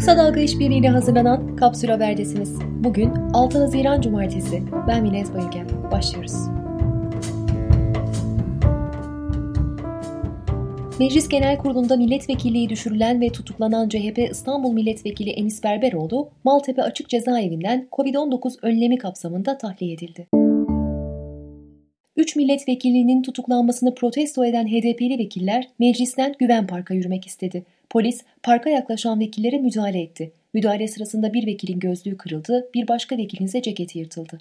Kısa Dalga İşbirliğiyle hazırlanan Kapsül Haber'desiniz. Bugün 6 Haziran Cumartesi. Ben Minez Bayülgen. Başlıyoruz. Meclis Genel Kurulu'nda milletvekilliği düşürülen ve tutuklanan CHP İstanbul Milletvekili Enis Berberoğlu, Maltepe Açık Cezaevinden COVID-19 önlemi kapsamında tahliye edildi. 3 milletvekilinin tutuklanmasını protesto eden HDP'li vekiller meclisten Güven Park'a yürümek istedi. Polis parka yaklaşan vekillere müdahale etti. Müdahale sırasında bir vekilin gözlüğü kırıldı, bir başka vekilin ise ceketi yırtıldı.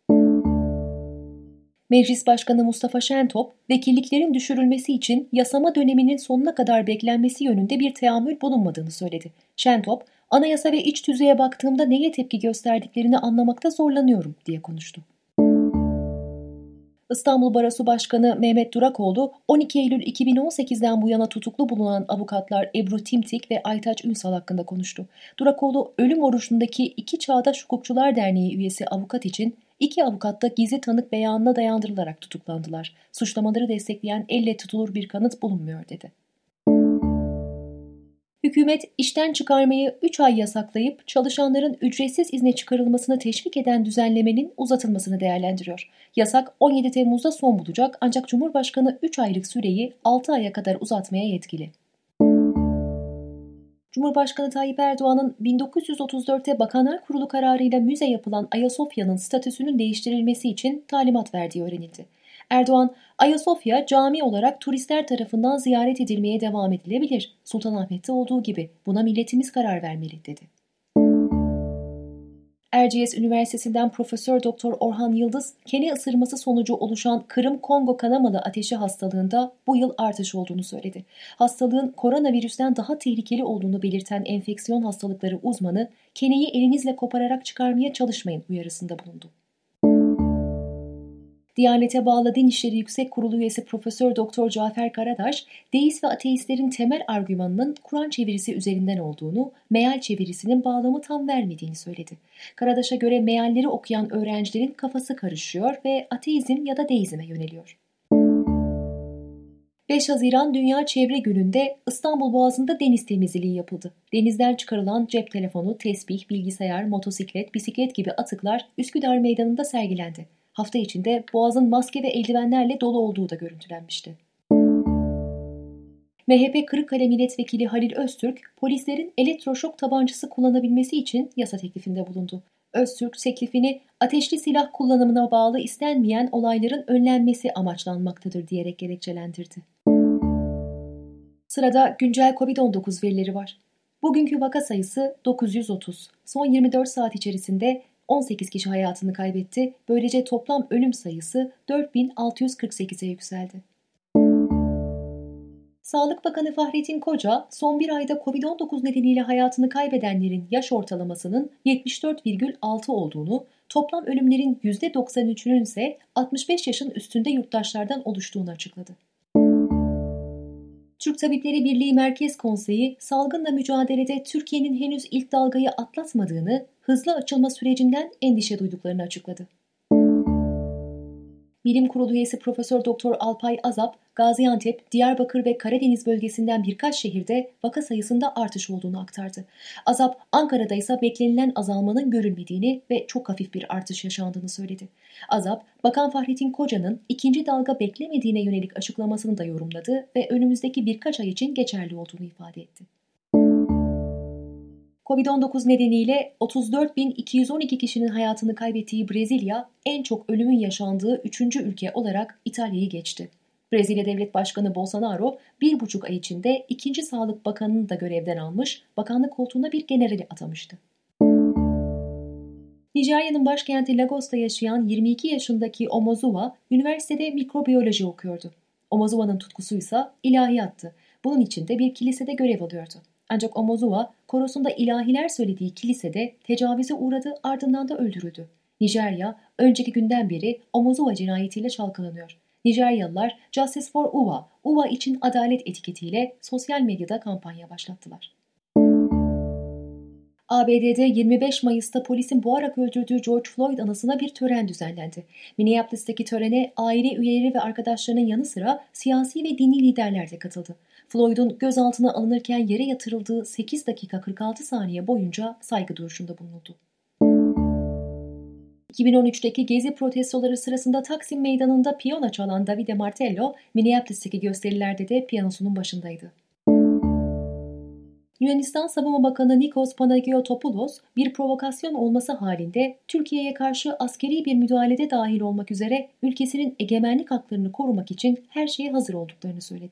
Meclis Başkanı Mustafa Şentop, vekilliklerin düşürülmesi için yasama döneminin sonuna kadar beklenmesi yönünde bir teamül bulunmadığını söyledi. Şentop, anayasa ve iç tüzüğe baktığımda neye tepki gösterdiklerini anlamakta zorlanıyorum diye konuştu. İstanbul Barosu Başkanı Mehmet Durakoğlu, 12 Eylül 2018'den bu yana tutuklu bulunan avukatlar Ebru Timtik ve Aytaç Ünsal hakkında konuştu. Durakoğlu, ölüm orucundaki 2 Çağdaş Hukukçular Derneği üyesi avukat için 2 avukat da gizli tanık beyanına dayandırılarak tutuklandılar. Suçlamaları destekleyen elle tutulur bir kanıt bulunmuyor dedi. Hükümet işten çıkarmayı 3 ay yasaklayıp çalışanların ücretsiz izne çıkarılmasını teşvik eden düzenlemenin uzatılmasını değerlendiriyor. Yasak 17 Temmuz'da son bulacak ancak Cumhurbaşkanı 3 aylık süreyi 6 aya kadar uzatmaya yetkili. Cumhurbaşkanı Tayyip Erdoğan'ın 1934'te Bakanlar Kurulu kararıyla müze yapılan Ayasofya'nın statüsünün değiştirilmesi için talimat verdiği öğrenildi. Erdoğan, Ayasofya cami olarak turistler tarafından ziyaret edilmeye devam edilebilir. Sultanahmet'te olduğu gibi buna milletimiz karar vermeli dedi. Erciyes Üniversitesi'nden Profesör Doktor Orhan Yıldız, kene ısırması sonucu oluşan Kırım-Kongo kanamalı ateşi hastalığında bu yıl artış olduğunu söyledi. Hastalığın koronavirüsten daha tehlikeli olduğunu belirten enfeksiyon hastalıkları uzmanı, keneyi elinizle kopararak çıkarmaya çalışmayın uyarısında bulundu. Diyanete bağlı Din İşleri Yüksek Kurulu üyesi Profesör Doktor Cafer Karadaş, deist ve ateistlerin temel argümanının Kur'an çevirisi üzerinden olduğunu, meal çevirisinin bağlamı tam vermediğini söyledi. Karadaş'a göre mealleri okuyan öğrencilerin kafası karışıyor ve ateizm ya da deizme yöneliyor. 5 Haziran Dünya Çevre Günü'nde İstanbul Boğazı'nda deniz temizliği yapıldı. Denizden çıkarılan cep telefonu, tesbih, bilgisayar, motosiklet, bisiklet gibi atıklar Üsküdar Meydanı'nda sergilendi. Hafta içinde Boğaz'ın maske ve eldivenlerle dolu olduğu da görüntülenmişti. MHP Kırıkkale Milletvekili Halil Öztürk, polislerin elektroşok tabancası kullanabilmesi için yasa teklifinde bulundu. Öztürk, teklifini ateşli silah kullanımına bağlı istenmeyen olayların önlenmesi amaçlanmaktadır diyerek gerekçelendirdi. Sırada güncel COVID-19 verileri var. Bugünkü vaka sayısı 930. Son 24 saat içerisinde 18 kişi hayatını kaybetti. Böylece toplam ölüm sayısı 4648'e yükseldi. Sağlık Bakanı Fahrettin Koca, son bir ayda COVID-19 nedeniyle hayatını kaybedenlerin yaş ortalamasının 74,6 olduğunu, toplam ölümlerin %93'ünün ise 65 yaşın üstünde yurttaşlardan oluştuğunu açıkladı. Türk Tabipleri Birliği Merkez Konseyi, salgınla mücadelede Türkiye'nin henüz ilk dalgayı atlatmadığını, hızlı açılma sürecinden endişe duyduklarını açıkladı. Bilim Kurulu üyesi Profesör Doktor Alpay Azap, Gaziantep, Diyarbakır ve Karadeniz bölgesinden birkaç şehirde vaka sayısında artış olduğunu aktardı. Azap, Ankara'da ise beklenilen azalmanın görülmediğini ve çok hafif bir artış yaşandığını söyledi. Azap, Bakan Fahrettin Koca'nın ikinci dalga beklemediğine yönelik açıklamasını da yorumladı ve önümüzdeki birkaç ay için geçerli olduğunu ifade etti. Covid-19 nedeniyle 34.212 kişinin hayatını kaybettiği Brezilya, en çok ölümün yaşandığı 3. ülke olarak İtalya'yı geçti. Brezilya Devlet Başkanı Bolsonaro, 1,5 ay içinde 2. Sağlık Bakanı'nı da görevden almış, bakanlık koltuğuna bir generali atamıştı. Nijerya'nın başkenti Lagos'ta yaşayan 22 yaşındaki Omozuwa, üniversitede mikrobiyoloji okuyordu. Omozuva'nın tutkusuysa ilahiyattı. Bunun için de bir kilisede görev alıyordu. Ancak Omozuwa, korosunda ilahiler söylediği kilisede tecavüze uğradı, ardından da öldürüldü. Nijerya, önceki günden beri Omozuwa cinayetiyle çalkalanıyor. Nijeryalılar Justice for Uwa, Uwa için adalet etiketiyle sosyal medyada kampanya başlattılar. ABD'de 25 Mayıs'ta polisin boğarak öldürdüğü George Floyd anısına bir tören düzenlendi. Minneapolis'teki törene aile üyeleri ve arkadaşlarının yanı sıra siyasi ve dini liderler de katıldı. Floyd'un gözaltına alınırken yere yatırıldığı 8 dakika 46 saniye boyunca saygı duruşunda bulunuldu. 2013'teki Gezi protestoları sırasında Taksim Meydanı'nda piyano çalan Davide Martello, Minneapolis'teki gösterilerde de piyanosunun başındaydı. Yunanistan Savunma Bakanı Nikos Panagiotopoulos, bir provokasyon olması halinde Türkiye'ye karşı askeri bir müdahalede dahil olmak üzere ülkesinin egemenlik haklarını korumak için her şeye hazır olduklarını söyledi.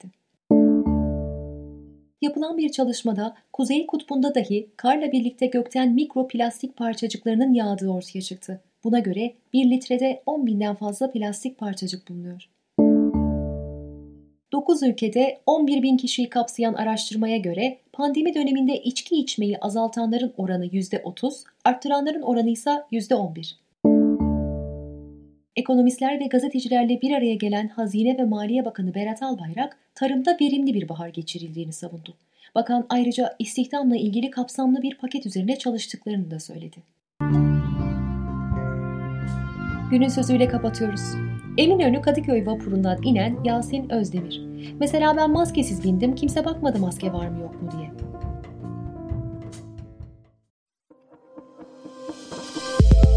Yapılan bir çalışmada Kuzey Kutbu'nda dahi karla birlikte gökten mikroplastik parçacıklarının yağdığı ortaya çıktı. Buna göre 1 litrede 10.000'den fazla plastik parçacık bulunuyor. 9 ülkede 11.000 kişiyi kapsayan araştırmaya göre pandemi döneminde içki içmeyi azaltanların oranı %30, arttıranların oranı ise %11. Ekonomistler ve gazetecilerle bir araya gelen Hazine ve Maliye Bakanı Berat Albayrak, tarımda verimli bir bahar geçirildiğini savundu. Bakan ayrıca istihdamla ilgili kapsamlı bir paket üzerine çalıştıklarını da söyledi. Günün sözüyle kapatıyoruz. Eminönü Kadıköy vapurundan inen Yasin Özdemir. Mesela ben maskesiz bindim, kimse bakmadı maske var mı yok mu diye.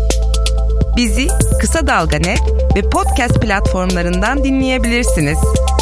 Bizi Kısa Dalga Net ve podcast platformlarından dinleyebilirsiniz.